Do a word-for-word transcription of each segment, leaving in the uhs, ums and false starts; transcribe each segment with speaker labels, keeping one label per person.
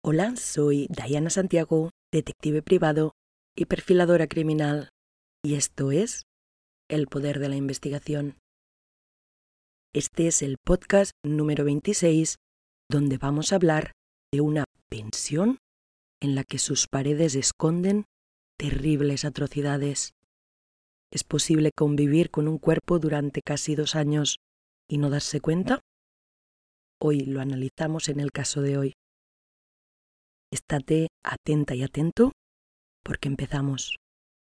Speaker 1: Hola, soy Dayana Santiago, detective privado y perfiladora criminal, y esto es El Poder de la Investigación. Este es el podcast número veintiséis, donde vamos a hablar de una pensión en la que sus paredes esconden terribles atrocidades. ¿Es posible convivir con un cuerpo durante casi dos años y no darse cuenta? Hoy lo analizamos en el caso de hoy. Estate atenta y atento porque empezamos.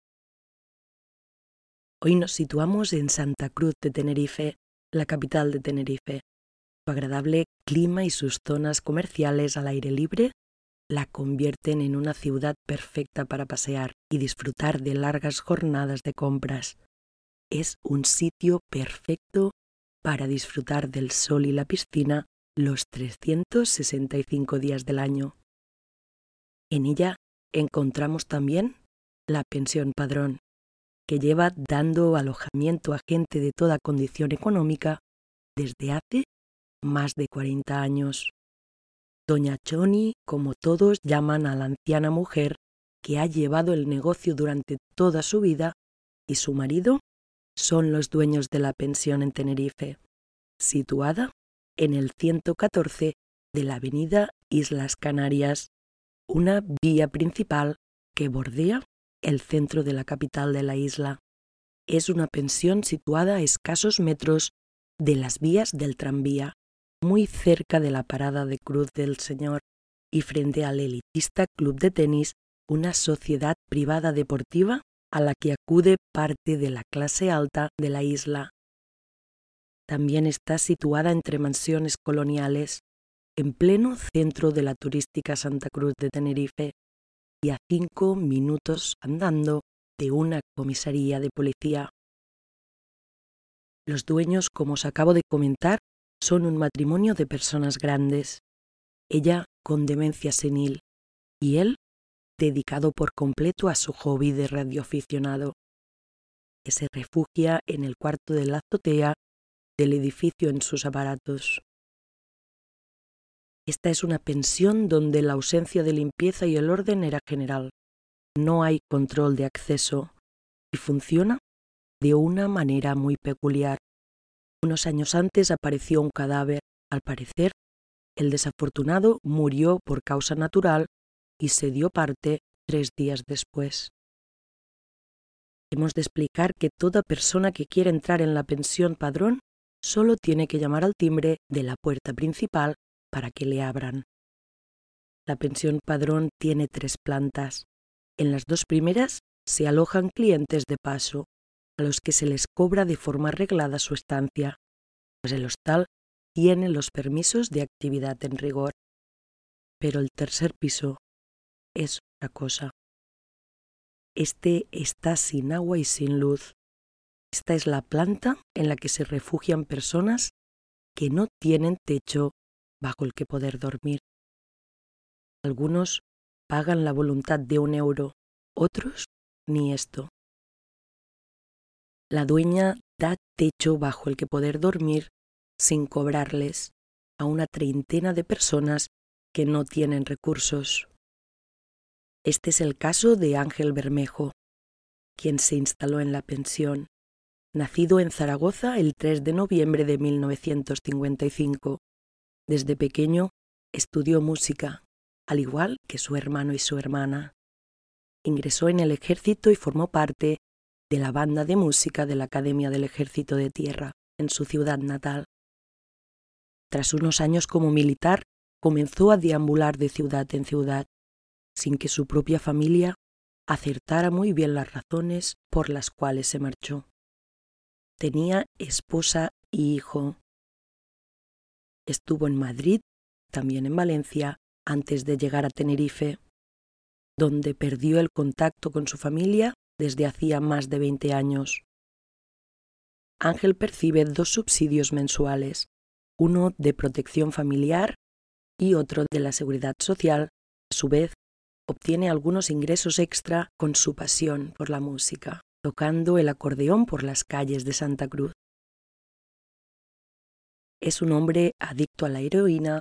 Speaker 1: Hoy nos situamos en Santa Cruz de Tenerife, la capital de Tenerife. Su agradable clima y sus zonas comerciales al aire libre la convierten en una ciudad perfecta para pasear y disfrutar de largas jornadas de compras. Es un sitio perfecto para disfrutar del sol y la piscina los trescientos sesenta y cinco días del año. En ella encontramos también la Pensión Padrón, que lleva dando alojamiento a gente de toda condición económica desde hace más de cuarenta años. Doña Choni, como todos llaman a la anciana mujer que ha llevado el negocio durante toda su vida, y su marido son los dueños de la pensión en Tenerife, situada en el ciento catorce de la avenida Islas Canarias, una vía principal que bordea el centro de la capital de la isla. Es una pensión situada a escasos metros de las vías del tranvía, muy cerca de la parada de Cruz del Señor y frente al elitista club de tenis, una sociedad privada deportiva a la que acude parte de la clase alta de la isla. También está situada entre mansiones coloniales, en pleno centro de la turística Santa Cruz de Tenerife y a cinco minutos andando de una comisaría de policía. Los dueños, como os acabo de comentar, son un matrimonio de personas grandes, ella con demencia senil y él dedicado por completo a su hobby de radioaficionado, que se refugia en el cuarto de la azotea del edificio en sus aparatos. Esta es una pensión donde la ausencia de limpieza y el orden era general. No hay control de acceso y funciona de una manera muy peculiar. Unos años antes apareció un cadáver. Al parecer, el desafortunado murió por causa natural y se dio parte tres días después. Hemos de explicar que toda persona que quiera entrar en la pensión Padrón solo tiene que llamar al timbre de la puerta principal para que le abran. La pensión Padrón tiene tres plantas. En las dos primeras se alojan clientes de paso, a los que se les cobra de forma reglada su estancia, pues el hostal tiene los permisos de actividad en rigor. Pero el tercer piso es otra cosa. Este está sin agua y sin luz. Esta es la planta en la que se refugian personas que no tienen techo bajo el que poder dormir. Algunos pagan la voluntad de un euro, otros ni esto. La dueña da techo bajo el que poder dormir sin cobrarles a una treintena de personas que no tienen recursos. Este es el caso de Ángel Bermejo, quien se instaló en la pensión, nacido en Zaragoza el tres de noviembre de mil novecientos cincuenta y cinco. Desde pequeño estudió música, al igual que su hermano y su hermana. Ingresó en el ejército y formó parte de la banda de música de la Academia del Ejército de Tierra, en su ciudad natal. Tras unos años como militar, comenzó a deambular de ciudad en ciudad, sin que su propia familia acertara muy bien las razones por las cuales se marchó. Tenía esposa y hijo. Estuvo en Madrid, también en Valencia, antes de llegar a Tenerife, donde perdió el contacto con su familia desde hacía más de veinte años. Ángel percibe dos subsidios mensuales, uno de protección familiar y otro de la seguridad social. A su vez, obtiene algunos ingresos extra con su pasión por la música, tocando el acordeón por las calles de Santa Cruz. Es un hombre adicto a la heroína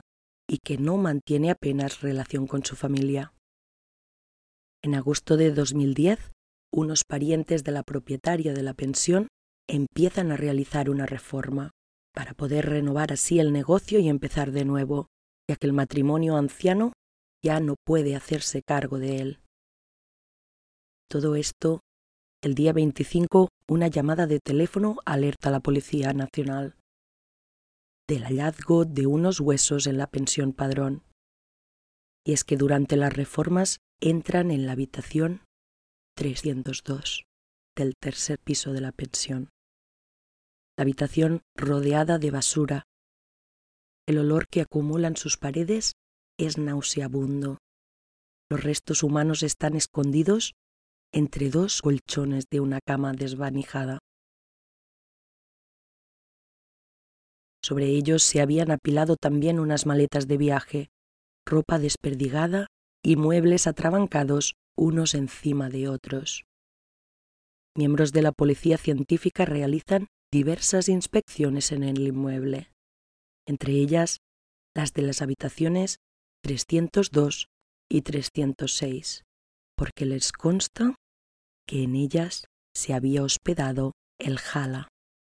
Speaker 1: y que no mantiene apenas relación con su familia. En agosto de dos mil diez, unos parientes de la propietaria de la pensión empiezan a realizar una reforma para poder renovar así el negocio y empezar de nuevo, ya que el matrimonio anciano ya no puede hacerse cargo de él. Todo esto, el día veinticinco, una llamada de teléfono alerta a la Policía Nacional del hallazgo de unos huesos en la pensión Padrón. Y es que durante las reformas entran en la habitación trescientos dos del tercer piso de la pensión. La habitación rodeada de basura. El olor que acumulan sus paredes es nauseabundo. Los restos humanos están escondidos entre dos colchones de una cama desvanijada. Sobre ellos se habían apilado también unas maletas de viaje, ropa desperdigada y muebles atrabancados unos encima de otros. Miembros de la policía científica realizan diversas inspecciones en el inmueble, entre ellas las de las habitaciones trescientos dos y trescientos seis, porque les consta que en ellas se había hospedado el Jala.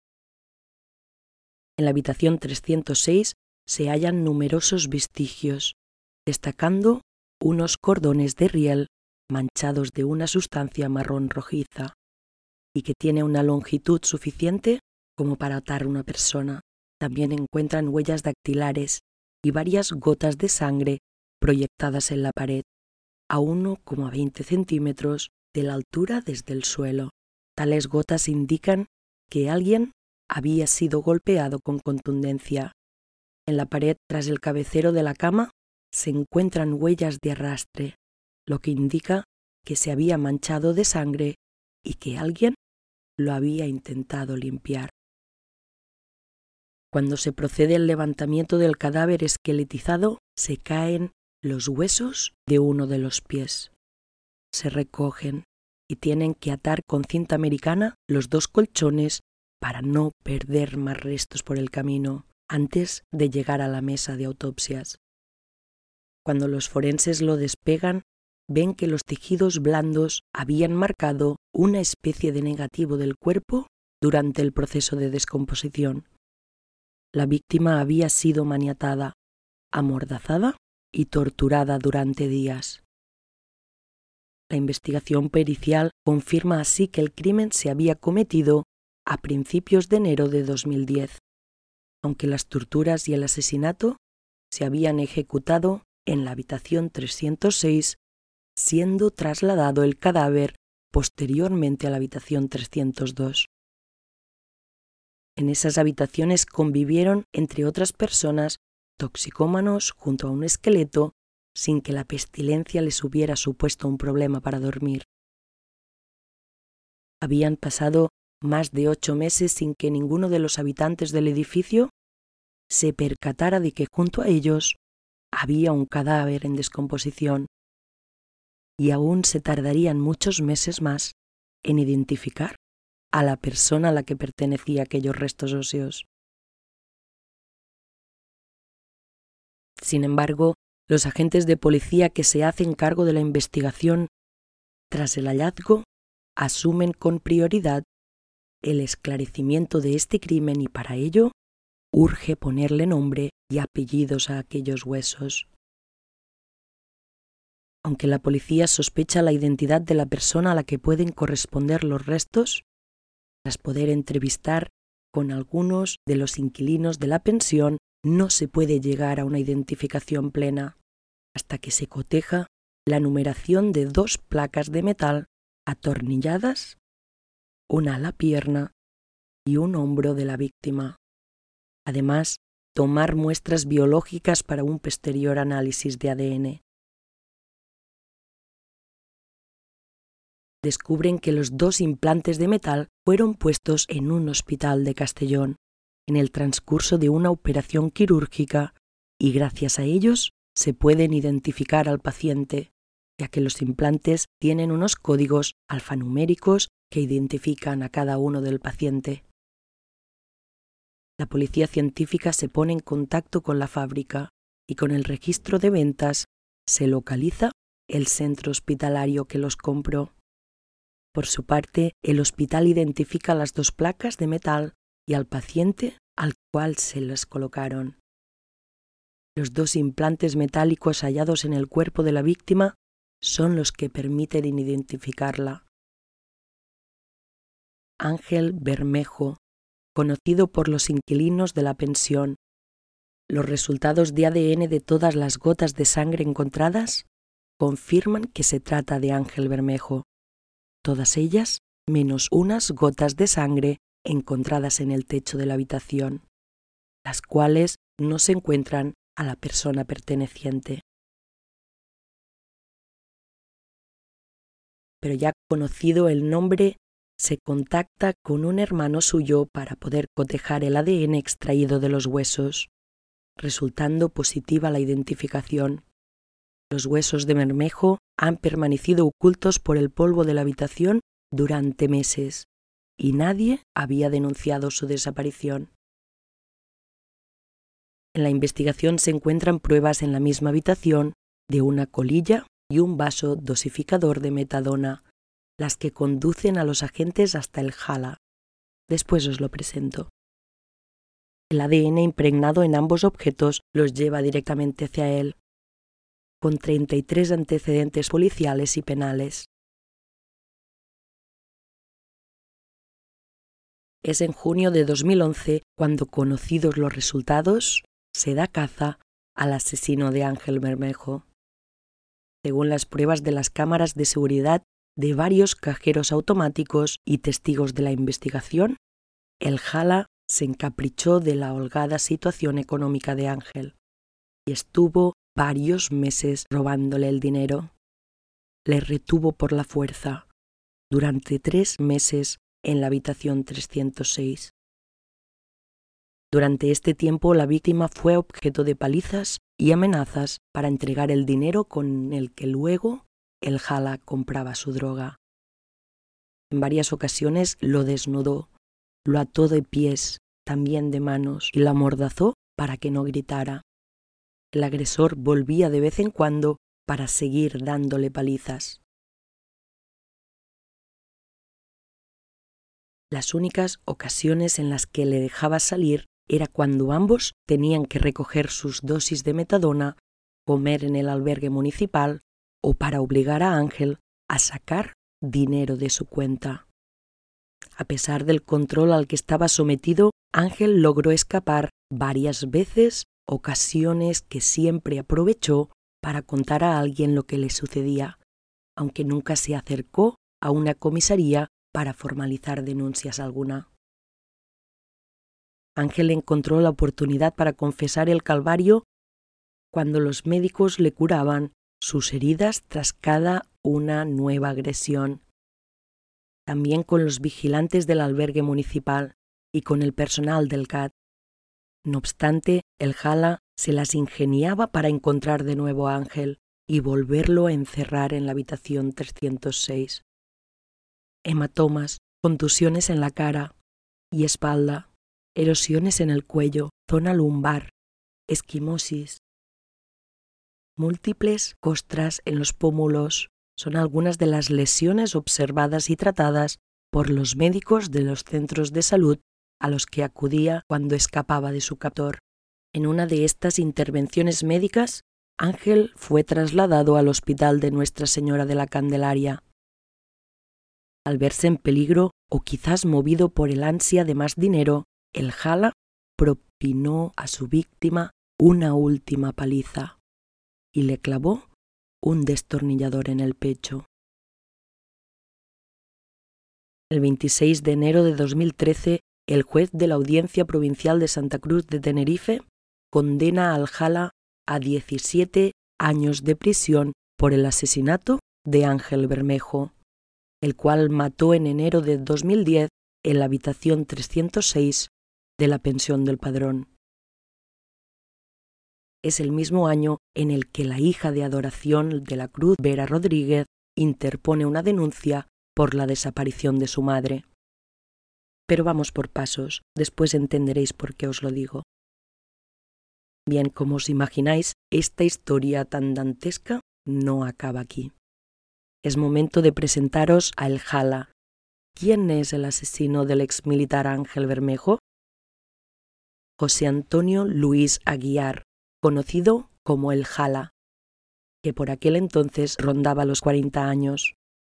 Speaker 1: En la habitación trescientos seis se hallan numerosos vestigios, destacando unos cordones de riel manchados de una sustancia marrón rojiza y que tiene una longitud suficiente como para atar una persona. También encuentran huellas dactilares y varias gotas de sangre proyectadas en la pared, a uno coma veinte centímetros de la altura desde el suelo. Tales gotas indican que alguien había sido golpeado con contundencia. En la pared, tras el cabecero de la cama, se encuentran huellas de arrastre, lo que indica que se había manchado de sangre y que alguien lo había intentado limpiar. Cuando se procede al levantamiento del cadáver esqueletizado, se caen los huesos de uno de los pies. Se recogen y tienen que atar con cinta americana los dos colchones para no perder más restos por el camino antes de llegar a la mesa de autopsias. Cuando los forenses lo despegan, ven que los tejidos blandos habían marcado una especie de negativo del cuerpo durante el proceso de descomposición. La víctima había sido maniatada, amordazada y torturada durante días. La investigación pericial confirma así que el crimen se había cometido a principios de enero de dos mil diez, aunque las torturas y el asesinato se habían ejecutado en la habitación trescientos seis, siendo trasladado el cadáver posteriormente a la habitación trescientos dos. En esas habitaciones convivieron, entre otras personas, toxicómanos junto a un esqueleto sin que la pestilencia les hubiera supuesto un problema para dormir. Habían pasado más de ocho meses sin que ninguno de los habitantes del edificio se percatara de que junto a ellos había un cadáver en descomposición, y aún se tardarían muchos meses más en identificar a la persona a la que pertenecían aquellos restos óseos. Sin embargo, los agentes de policía que se hacen cargo de la investigación tras el hallazgo asumen con prioridad el esclarecimiento de este crimen y para ello urge ponerle nombre y apellidos a aquellos huesos. Aunque la policía sospecha la identidad de la persona a la que pueden corresponder los restos, tras poder entrevistar con algunos de los inquilinos de la pensión, no se puede llegar a una identificación plena hasta que se coteja la numeración de dos placas de metal atornilladas, una a la pierna y un hombro de la víctima. Además, tomar muestras biológicas para un posterior análisis de A D N. Descubren que los dos implantes de metal fueron puestos en un hospital de Castellón, en el transcurso de una operación quirúrgica, y gracias a ellos se pueden identificar al paciente, ya que los implantes tienen unos códigos alfanuméricos que identifican a cada uno del paciente. La policía científica se pone en contacto con la fábrica y con el registro de ventas se localiza el centro hospitalario que los compró. Por su parte, el hospital identifica las dos placas de metal y al paciente al cual se las colocaron. Los dos implantes metálicos hallados en el cuerpo de la víctima son los que permiten identificarla. Ángel Bermejo, conocido por los inquilinos de la pensión. Los resultados de A D N de todas las gotas de sangre encontradas confirman que se trata de Ángel Bermejo, todas ellas menos unas gotas de sangre encontradas en el techo de la habitación, las cuales no se encuentran a la persona perteneciente. Pero ya conocido el nombre, se contacta con un hermano suyo para poder cotejar el A D N extraído de los huesos, resultando positiva la identificación. Los huesos de Bermejo han permanecido ocultos por el polvo de la habitación durante meses y nadie había denunciado su desaparición. En la investigación se encuentran pruebas en la misma habitación de una colilla y un vaso dosificador de metadona, las que conducen a los agentes hasta el Jala. Después os lo presento. El A D N impregnado en ambos objetos los lleva directamente hacia él, con treinta y tres antecedentes policiales y penales. Es en junio de dos mil once cuando, conocidos los resultados, se da caza al asesino de Ángel Bermejo. Según las pruebas de las cámaras de seguridad de varios cajeros automáticos y testigos de la investigación, el Jala se encaprichó de la holgada situación económica de Ángel y estuvo varios meses robándole el dinero. Le retuvo por la fuerza durante tres meses en la habitación trescientos seis. Durante este tiempo la víctima fue objeto de palizas y amenazas para entregar el dinero con el que luego el Jala compraba su droga. En varias ocasiones lo desnudó, lo ató de pies, también de manos, y lo amordazó para que no gritara. El agresor volvía de vez en cuando para seguir dándole palizas. Las únicas ocasiones en las que le dejaba salir era cuando ambos tenían que recoger sus dosis de metadona, comer en el albergue municipal o para obligar a Ángel a sacar dinero de su cuenta. A pesar del control al que estaba sometido, Ángel logró escapar varias veces, ocasiones que siempre aprovechó para contar a alguien lo que le sucedía, aunque nunca se acercó a una comisaría para formalizar denuncias alguna. Ángel encontró la oportunidad para confesar el calvario cuando los médicos le curaban sus heridas tras cada una nueva agresión. También con los vigilantes del albergue municipal y con el personal del C A T. No obstante, el Jala se las ingeniaba para encontrar de nuevo a Ángel y volverlo a encerrar en la habitación trescientos seis. Hematomas, contusiones en la cara y espalda, erosiones en el cuello, zona lumbar, esquimosis. Múltiples costras en los pómulos son algunas de las lesiones observadas y tratadas por los médicos de los centros de salud a los que acudía cuando escapaba de su captor. En una de estas intervenciones médicas, Ángel fue trasladado al hospital de Nuestra Señora de la Candelaria. Al verse en peligro, o quizás movido por el ansia de más dinero, el Jala propinó a su víctima una última paliza y le clavó un destornillador en el pecho. El veintiséis de enero de dos mil trece, el juez de la Audiencia Provincial de Santa Cruz de Tenerife condena al Jala a diecisiete años de prisión por el asesinato de Ángel Bermejo, el cual mató en enero de dos mil diez en la habitación trescientos seis de la pensión del Padrón. Es el mismo año en el que la hija de Adoración de la Cruz, Vera Rodríguez, interpone una denuncia por la desaparición de su madre. Pero vamos por pasos, después entenderéis por qué os lo digo. Bien, como os imagináis, esta historia tan dantesca no acaba aquí. Es momento de presentaros a El Jala. ¿Quién es el asesino del exmilitar Ángel Bermejo? José Antonio Luis Aguiar, conocido como El Jala, que por aquel entonces rondaba los cuarenta años.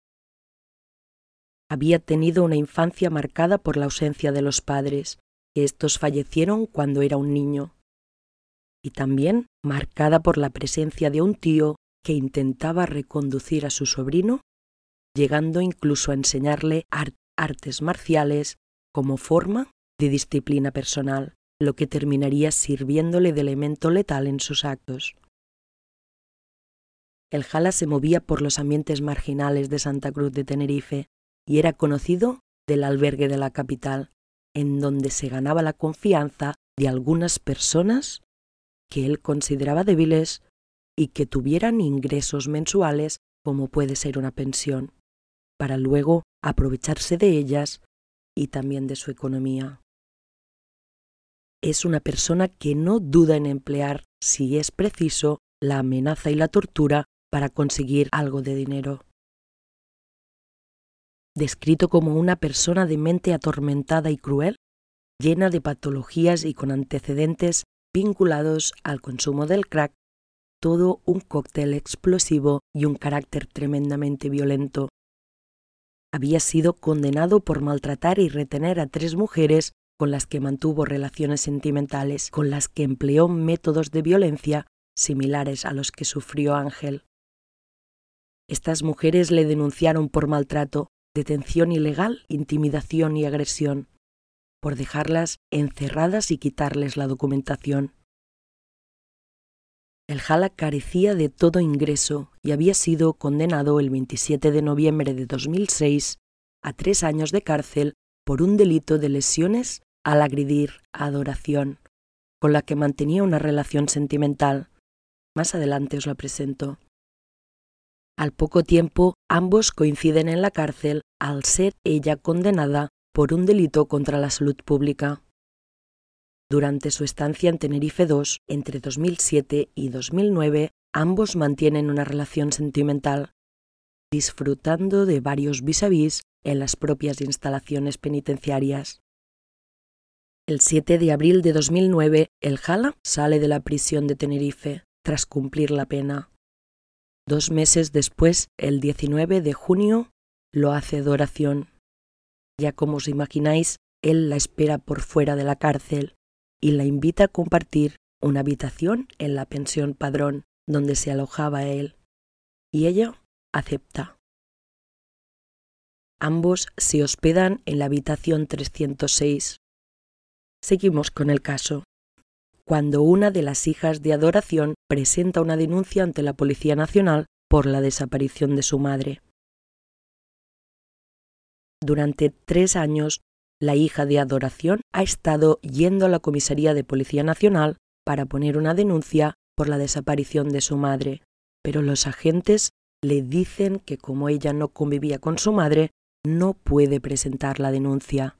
Speaker 1: Había tenido una infancia marcada por la ausencia de los padres, que estos fallecieron cuando era un niño, y también marcada por la presencia de un tío que intentaba reconducir a su sobrino, llegando incluso a enseñarle art- artes marciales como forma de disciplina personal, lo que terminaría sirviéndole de elemento letal en sus actos. El Jala se movía por los ambientes marginales de Santa Cruz de Tenerife y era conocido del albergue de la capital, en donde se ganaba la confianza de algunas personas que él consideraba débiles y que tuvieran ingresos mensuales como puede ser una pensión, para luego aprovecharse de ellas y también de su economía. Es una persona que no duda en emplear, si es preciso, la amenaza y la tortura para conseguir algo de dinero. Descrito como una persona de mente atormentada y cruel, llena de patologías y con antecedentes vinculados al consumo del crack, todo un cóctel explosivo y un carácter tremendamente violento. Había sido condenado por maltratar y retener a tres mujeres con las que mantuvo relaciones sentimentales, con las que empleó métodos de violencia similares a los que sufrió Ángel. Estas mujeres le denunciaron por maltrato, detención ilegal, intimidación y agresión, por dejarlas encerradas y quitarles la documentación. El Jala carecía de todo ingreso y había sido condenado el veintisiete de noviembre de dos mil seis a tres años de cárcel por un delito de lesiones al agredir a Adoración, con la que mantenía una relación sentimental. Más adelante os la presento. Al poco tiempo, ambos coinciden en la cárcel al ser ella condenada por un delito contra la salud pública. Durante su estancia en Tenerife dos, entre dos mil siete y dos mil nueve, ambos mantienen una relación sentimental, disfrutando de varios vis-a-vis en las propias instalaciones penitenciarias. El siete de abril de dos mil nueve, el Jala sale de la prisión de Tenerife tras cumplir la pena. Dos meses después, el diecinueve de junio, lo hace Adoración. Ya como os imagináis, él la espera por fuera de la cárcel y la invita a compartir una habitación en la pensión Padrón, donde se alojaba él, y ella acepta. Ambos se hospedan en la habitación trescientos seis. Seguimos con el caso. Cuando una de las hijas de Adoración presenta una denuncia ante la Policía Nacional por la desaparición de su madre. Durante tres años, la hija de Adoración ha estado yendo a la Comisaría de Policía Nacional para poner una denuncia por la desaparición de su madre, pero los agentes le dicen que como ella no convivía con su madre, no puede presentar la denuncia.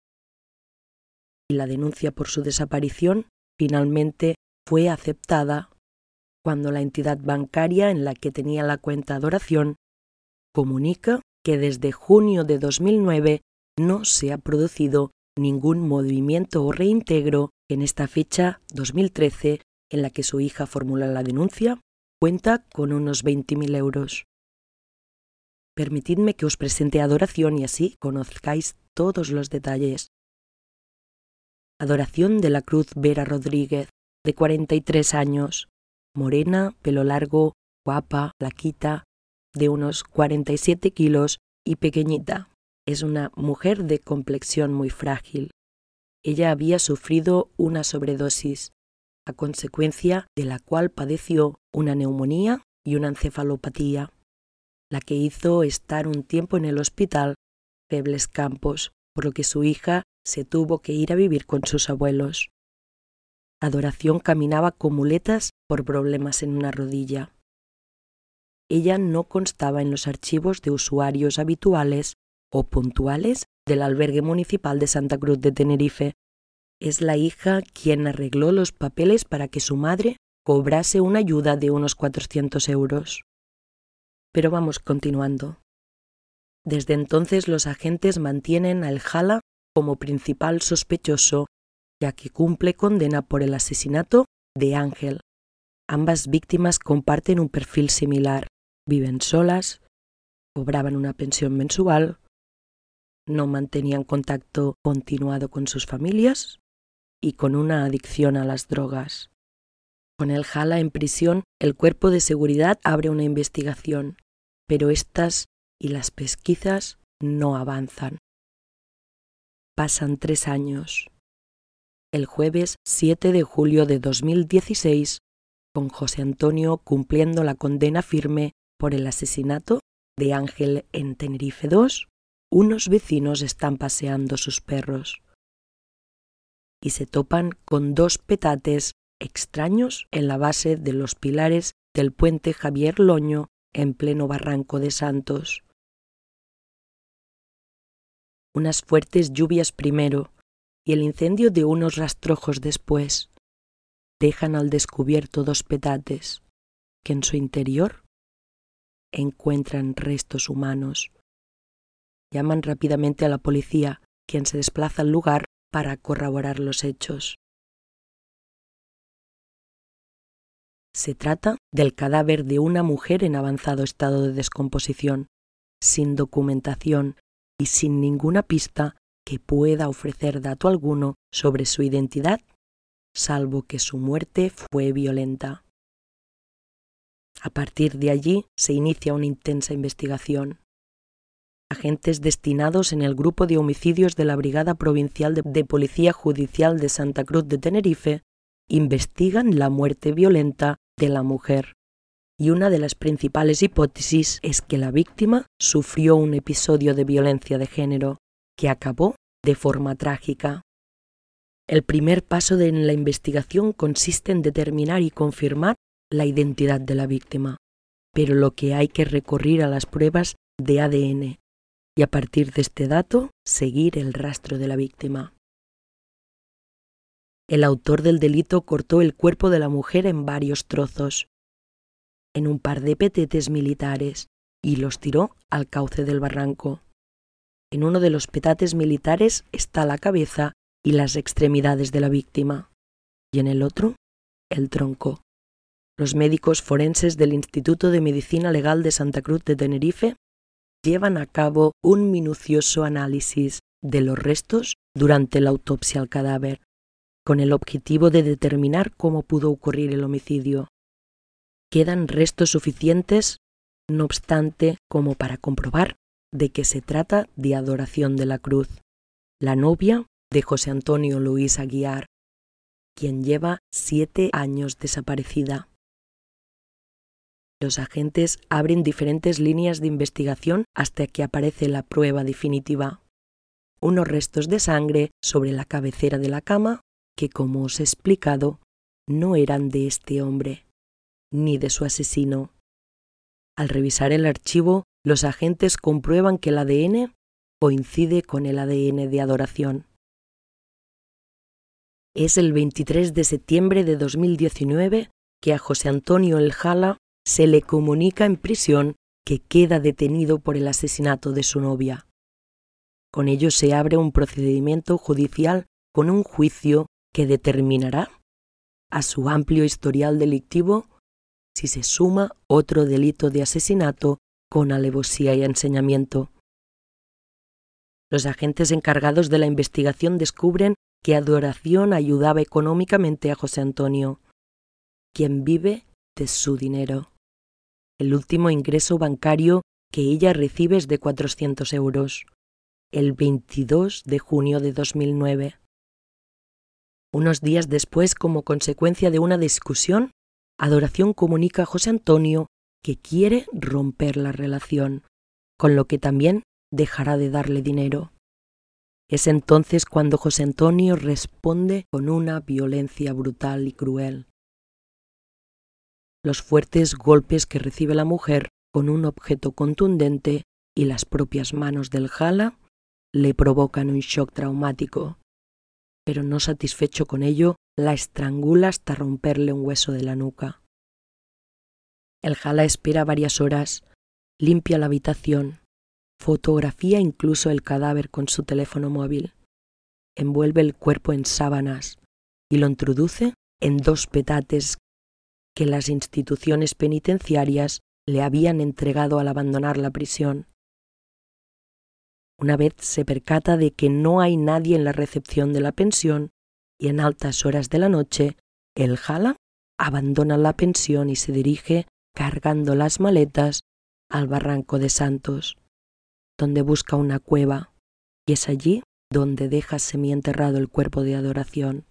Speaker 1: Y la denuncia por su desaparición finalmente fue aceptada cuando la entidad bancaria en la que tenía la cuenta Adoración comunica que desde junio de dos mil nueve no se ha producido ningún movimiento o reintegro en esta fecha dos mil trece en la que su hija formula la denuncia, cuenta con unos veinte mil euros. Permitidme que os presente a Adoración y así conozcáis todos los detalles. Adoración de la Cruz Vera Rodríguez, de cuarenta y tres años, morena, pelo largo, guapa, flaquita, de unos cuarenta y siete kilos y pequeñita. Es una mujer de complexión muy frágil. Ella había sufrido una sobredosis, a consecuencia de la cual padeció una neumonía y una encefalopatía, la que hizo estar un tiempo en el hospital Febles Campos, por lo que su hija se tuvo que ir a vivir con sus abuelos. Adoración caminaba con muletas por problemas en una rodilla. Ella no constaba en los archivos de usuarios habituales o puntuales del albergue municipal de Santa Cruz de Tenerife, Es la hija quien arregló los papeles para que su madre cobrase una ayuda de unos cuatrocientos euros. Pero vamos continuando. Desde entonces los agentes mantienen al Hala como principal sospechoso, ya que cumple condena por el asesinato de Ángel. Ambas víctimas comparten un perfil similar. Viven solas, cobraban una pensión mensual, no mantenían contacto continuado con sus familias y con una adicción a las drogas. Con el Hala en prisión, el cuerpo de seguridad abre una investigación, pero estas y las pesquisas no avanzan. Pasan tres años. El jueves siete de julio de dos mil dieciséis, con José Antonio cumpliendo la condena firme por el asesinato de Ángel en Tenerife dos, unos vecinos están paseando sus perros y se topan con dos petates extraños en la base de los pilares del puente Javier Loño en pleno Barranco de Santos. Unas fuertes lluvias primero y el incendio de unos rastrojos después dejan al descubierto dos petates que en su interior encuentran restos humanos. Llaman rápidamente a la policía, quien se desplaza al lugar para corroborar los hechos. Se trata del cadáver de una mujer en avanzado estado de descomposición, sin documentación y sin ninguna pista que pueda ofrecer dato alguno sobre su identidad, salvo que su muerte fue violenta. A partir de allí se inicia una intensa investigación. Agentes destinados en el grupo de homicidios de la Brigada Provincial de, de Policía Judicial de Santa Cruz de Tenerife investigan la muerte violenta de la mujer. Y una de las principales hipótesis es que la víctima sufrió un episodio de violencia de género que acabó de forma trágica. El primer paso de la investigación consiste en determinar y confirmar la identidad de la víctima, pero lo que hay que recurrir a las pruebas de A D N y a partir de este dato seguir el rastro de la víctima. El autor del delito cortó el cuerpo de la mujer en varios trozos, en un par de petetes militares, y los tiró al cauce del barranco. En uno de los petates militares está la cabeza y las extremidades de la víctima, y en el otro, el tronco. Los médicos forenses del Instituto de Medicina Legal de Santa Cruz de Tenerife llevan a cabo un minucioso análisis de los restos durante la autopsia al cadáver, con el objetivo de determinar cómo pudo ocurrir el homicidio. Quedan restos suficientes, no obstante, como para comprobar de que se trata de Adoración de la Cruz, la novia de José Antonio Luis Aguiar, quien lleva siete años desaparecida. Los agentes abren diferentes líneas de investigación hasta que aparece la prueba definitiva. Unos restos de sangre sobre la cabecera de la cama que, como os he explicado, no eran de este hombre, ni de su asesino. Al revisar el archivo, los agentes comprueban que el A D N coincide con el A D N de Adoración. Es el veintitrés de septiembre de dos mil diecinueve que a José Antonio El Hala se le comunica en prisión que queda detenido por el asesinato de su novia. Con ello se abre un procedimiento judicial con un juicio que determinará, a su amplio historial delictivo, si se suma otro delito de asesinato con alevosía y ensañamiento. Los agentes encargados de la investigación descubren que Adoración ayudaba económicamente a José Antonio, quien vive de su dinero. El último ingreso bancario que ella recibe es de cuatrocientos euros, el veintidós de junio de dos mil nueve. Unos días después, como consecuencia de una discusión, Adoración comunica a José Antonio que quiere romper la relación, con lo que también dejará de darle dinero. Es entonces cuando José Antonio responde con una violencia brutal y cruel. Los fuertes golpes que recibe la mujer con un objeto contundente y las propias manos del Hala le provocan un shock traumático. pero no satisfecho con ello, la estrangula hasta romperle un hueso de la nuca. El Jala espera varias horas, limpia la habitación, fotografía incluso el cadáver con su teléfono móvil, envuelve el cuerpo en sábanas y lo introduce en dos petates que las instituciones penitenciarias le habían entregado al abandonar la prisión. Una vez se percata de que no hay nadie en la recepción de la pensión y en altas horas de la noche, el Jala abandona la pensión y se dirige, cargando las maletas, al Barranco de Santos, donde busca una cueva, y es allí donde deja semienterrado el cuerpo de Adoración.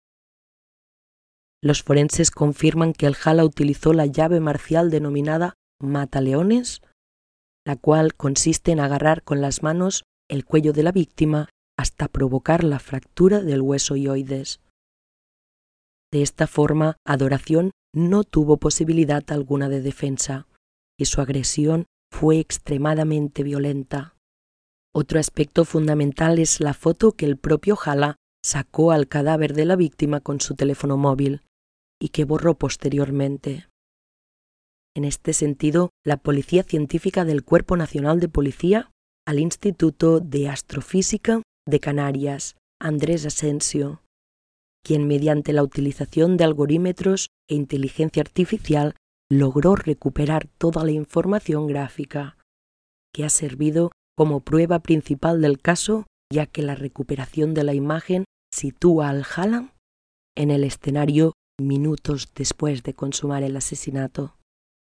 Speaker 1: Los forenses confirman que el Jala utilizó la llave marcial denominada mataleones, la cual consiste en agarrar con las manos el cuello de la víctima hasta provocar la fractura del hueso ioides. De esta forma, Adoración no tuvo posibilidad alguna de defensa y su agresión fue extremadamente violenta. Otro aspecto fundamental es la foto que el propio Jala sacó al cadáver de la víctima con su teléfono móvil y que borró posteriormente. En este sentido, la Policía Científica del Cuerpo Nacional de Policía, al Instituto de Astrofísica de Canarias, Andrés Asensio, quien mediante la utilización de algorímetros e inteligencia artificial logró recuperar toda la información gráfica, que ha servido como prueba principal del caso, ya que la recuperación de la imagen sitúa al Jala en el escenario minutos después de consumar el asesinato.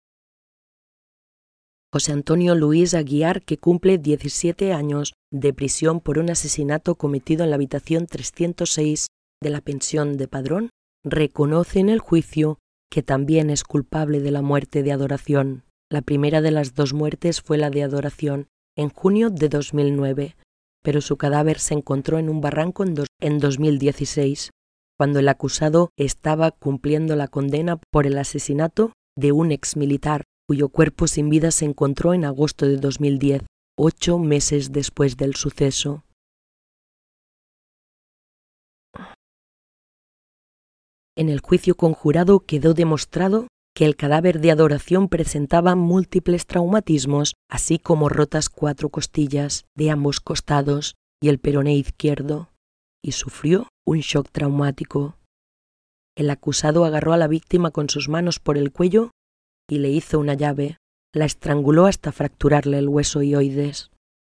Speaker 1: José Antonio Luis Aguiar, que cumple diecisiete años de prisión por un asesinato cometido en la habitación trescientos seis de la pensión de Padrón, reconoce en el juicio que también es culpable de la muerte de Adoración. La primera de las dos muertes fue la de Adoración, en junio de dos mil nueve, pero su cadáver se encontró en un barranco en, dos, en dos mil dieciséis, cuando el acusado estaba cumpliendo la condena por el asesinato de un exmilitar, cuyo cuerpo sin vida se encontró en agosto de dos mil diez, ocho meses después del suceso. En el juicio conjurado quedó demostrado que el cadáver de Adoración presentaba múltiples traumatismos, así como rotas cuatro costillas de ambos costados y el peroné izquierdo, y sufrió un shock traumático. El acusado agarró a la víctima con sus manos por el cuello y le hizo una llave, la estranguló hasta fracturarle el hueso ioides.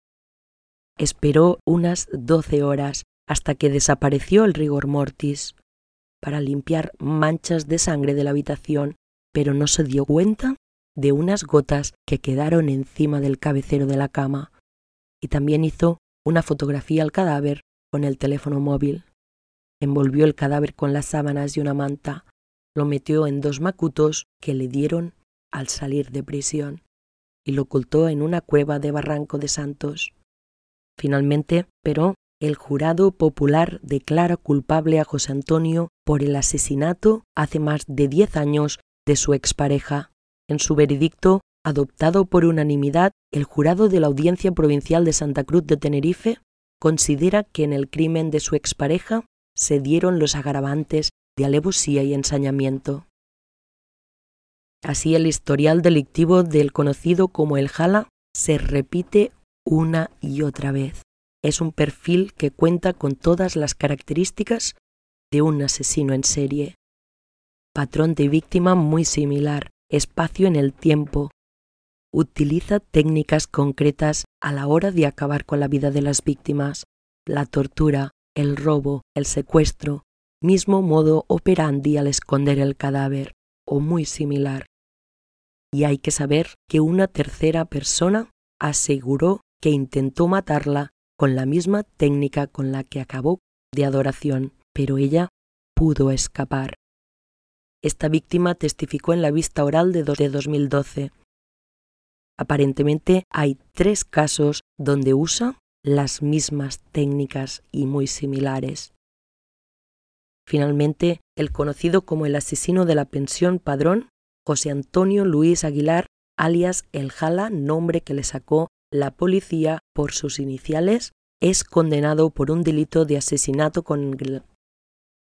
Speaker 1: Esperó unas doce horas hasta que desapareció el rigor mortis para limpiar manchas de sangre de la habitación, pero no se dio cuenta de unas gotas que quedaron encima del cabecero de la cama, y también hizo una fotografía al cadáver con el teléfono móvil. Envolvió el cadáver con las sábanas y una manta, lo metió en dos macutos que le dieron al salir de prisión y lo ocultó en una cueva de Barranco de Santos. Finalmente, pero, el jurado popular declara culpable a José Antonio por el asesinato hace más de diez años de su expareja. En su veredicto, adoptado por unanimidad, el jurado de la Audiencia Provincial de Santa Cruz de Tenerife considera que en el crimen de su expareja se dieron los agravantes de alevosía y ensañamiento. Así, el historial delictivo del conocido como el Jala se repite una y otra vez. Es un perfil que cuenta con todas las características de un asesino en serie. Patrón de víctima muy similar, espacio en el tiempo. Utiliza técnicas concretas a la hora de acabar con la vida de las víctimas, la tortura, el robo, el secuestro, mismo modo operandi al esconder el cadáver, o muy similar. Y hay que saber que una tercera persona aseguró que intentó matarla con la misma técnica con la que acabó de Adoración, pero ella pudo escapar. Esta víctima testificó en la vista oral de dos mil doce. Aparentemente hay tres casos donde usa las mismas técnicas y muy similares. Finalmente, el conocido como el asesino de la pensión Padrón, José Antonio Luis Aguilar, alias El Jala, nombre que le sacó la policía por sus iniciales, es condenado por un delito de asesinato con,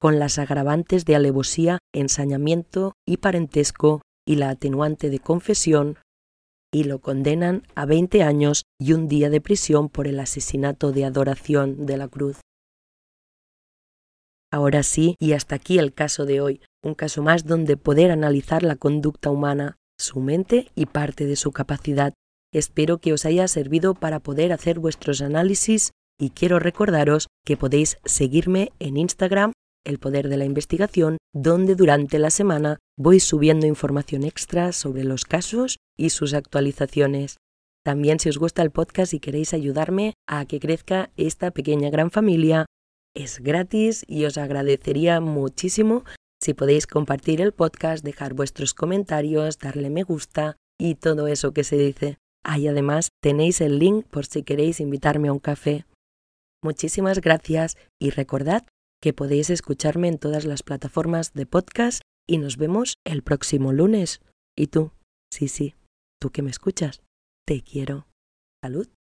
Speaker 1: con las agravantes de alevosía, ensañamiento y parentesco y la atenuante de confesión, y lo condenan a veinte años y un día de prisión por el asesinato de Adoración de la Cruz. Ahora sí, y hasta aquí el caso de hoy, un caso más donde poder analizar la conducta humana, su mente y parte de su capacidad. Espero que os haya servido para poder hacer vuestros análisis y quiero recordaros que podéis seguirme en Instagram, El Poder de la Investigación, donde durante la semana voy subiendo información extra sobre los casos y sus actualizaciones. También, si os gusta el podcast y queréis ayudarme a que crezca esta pequeña gran familia, es gratis y os agradecería muchísimo si podéis compartir el podcast, dejar vuestros comentarios, darle me gusta y todo eso que se dice. Ahí además tenéis el link por si queréis invitarme a un café. Muchísimas gracias y recordad que podéis escucharme en todas las plataformas de podcast y nos vemos el próximo lunes. ¿Y tú? Sí, sí, tú que me escuchas. Te quiero. Salud.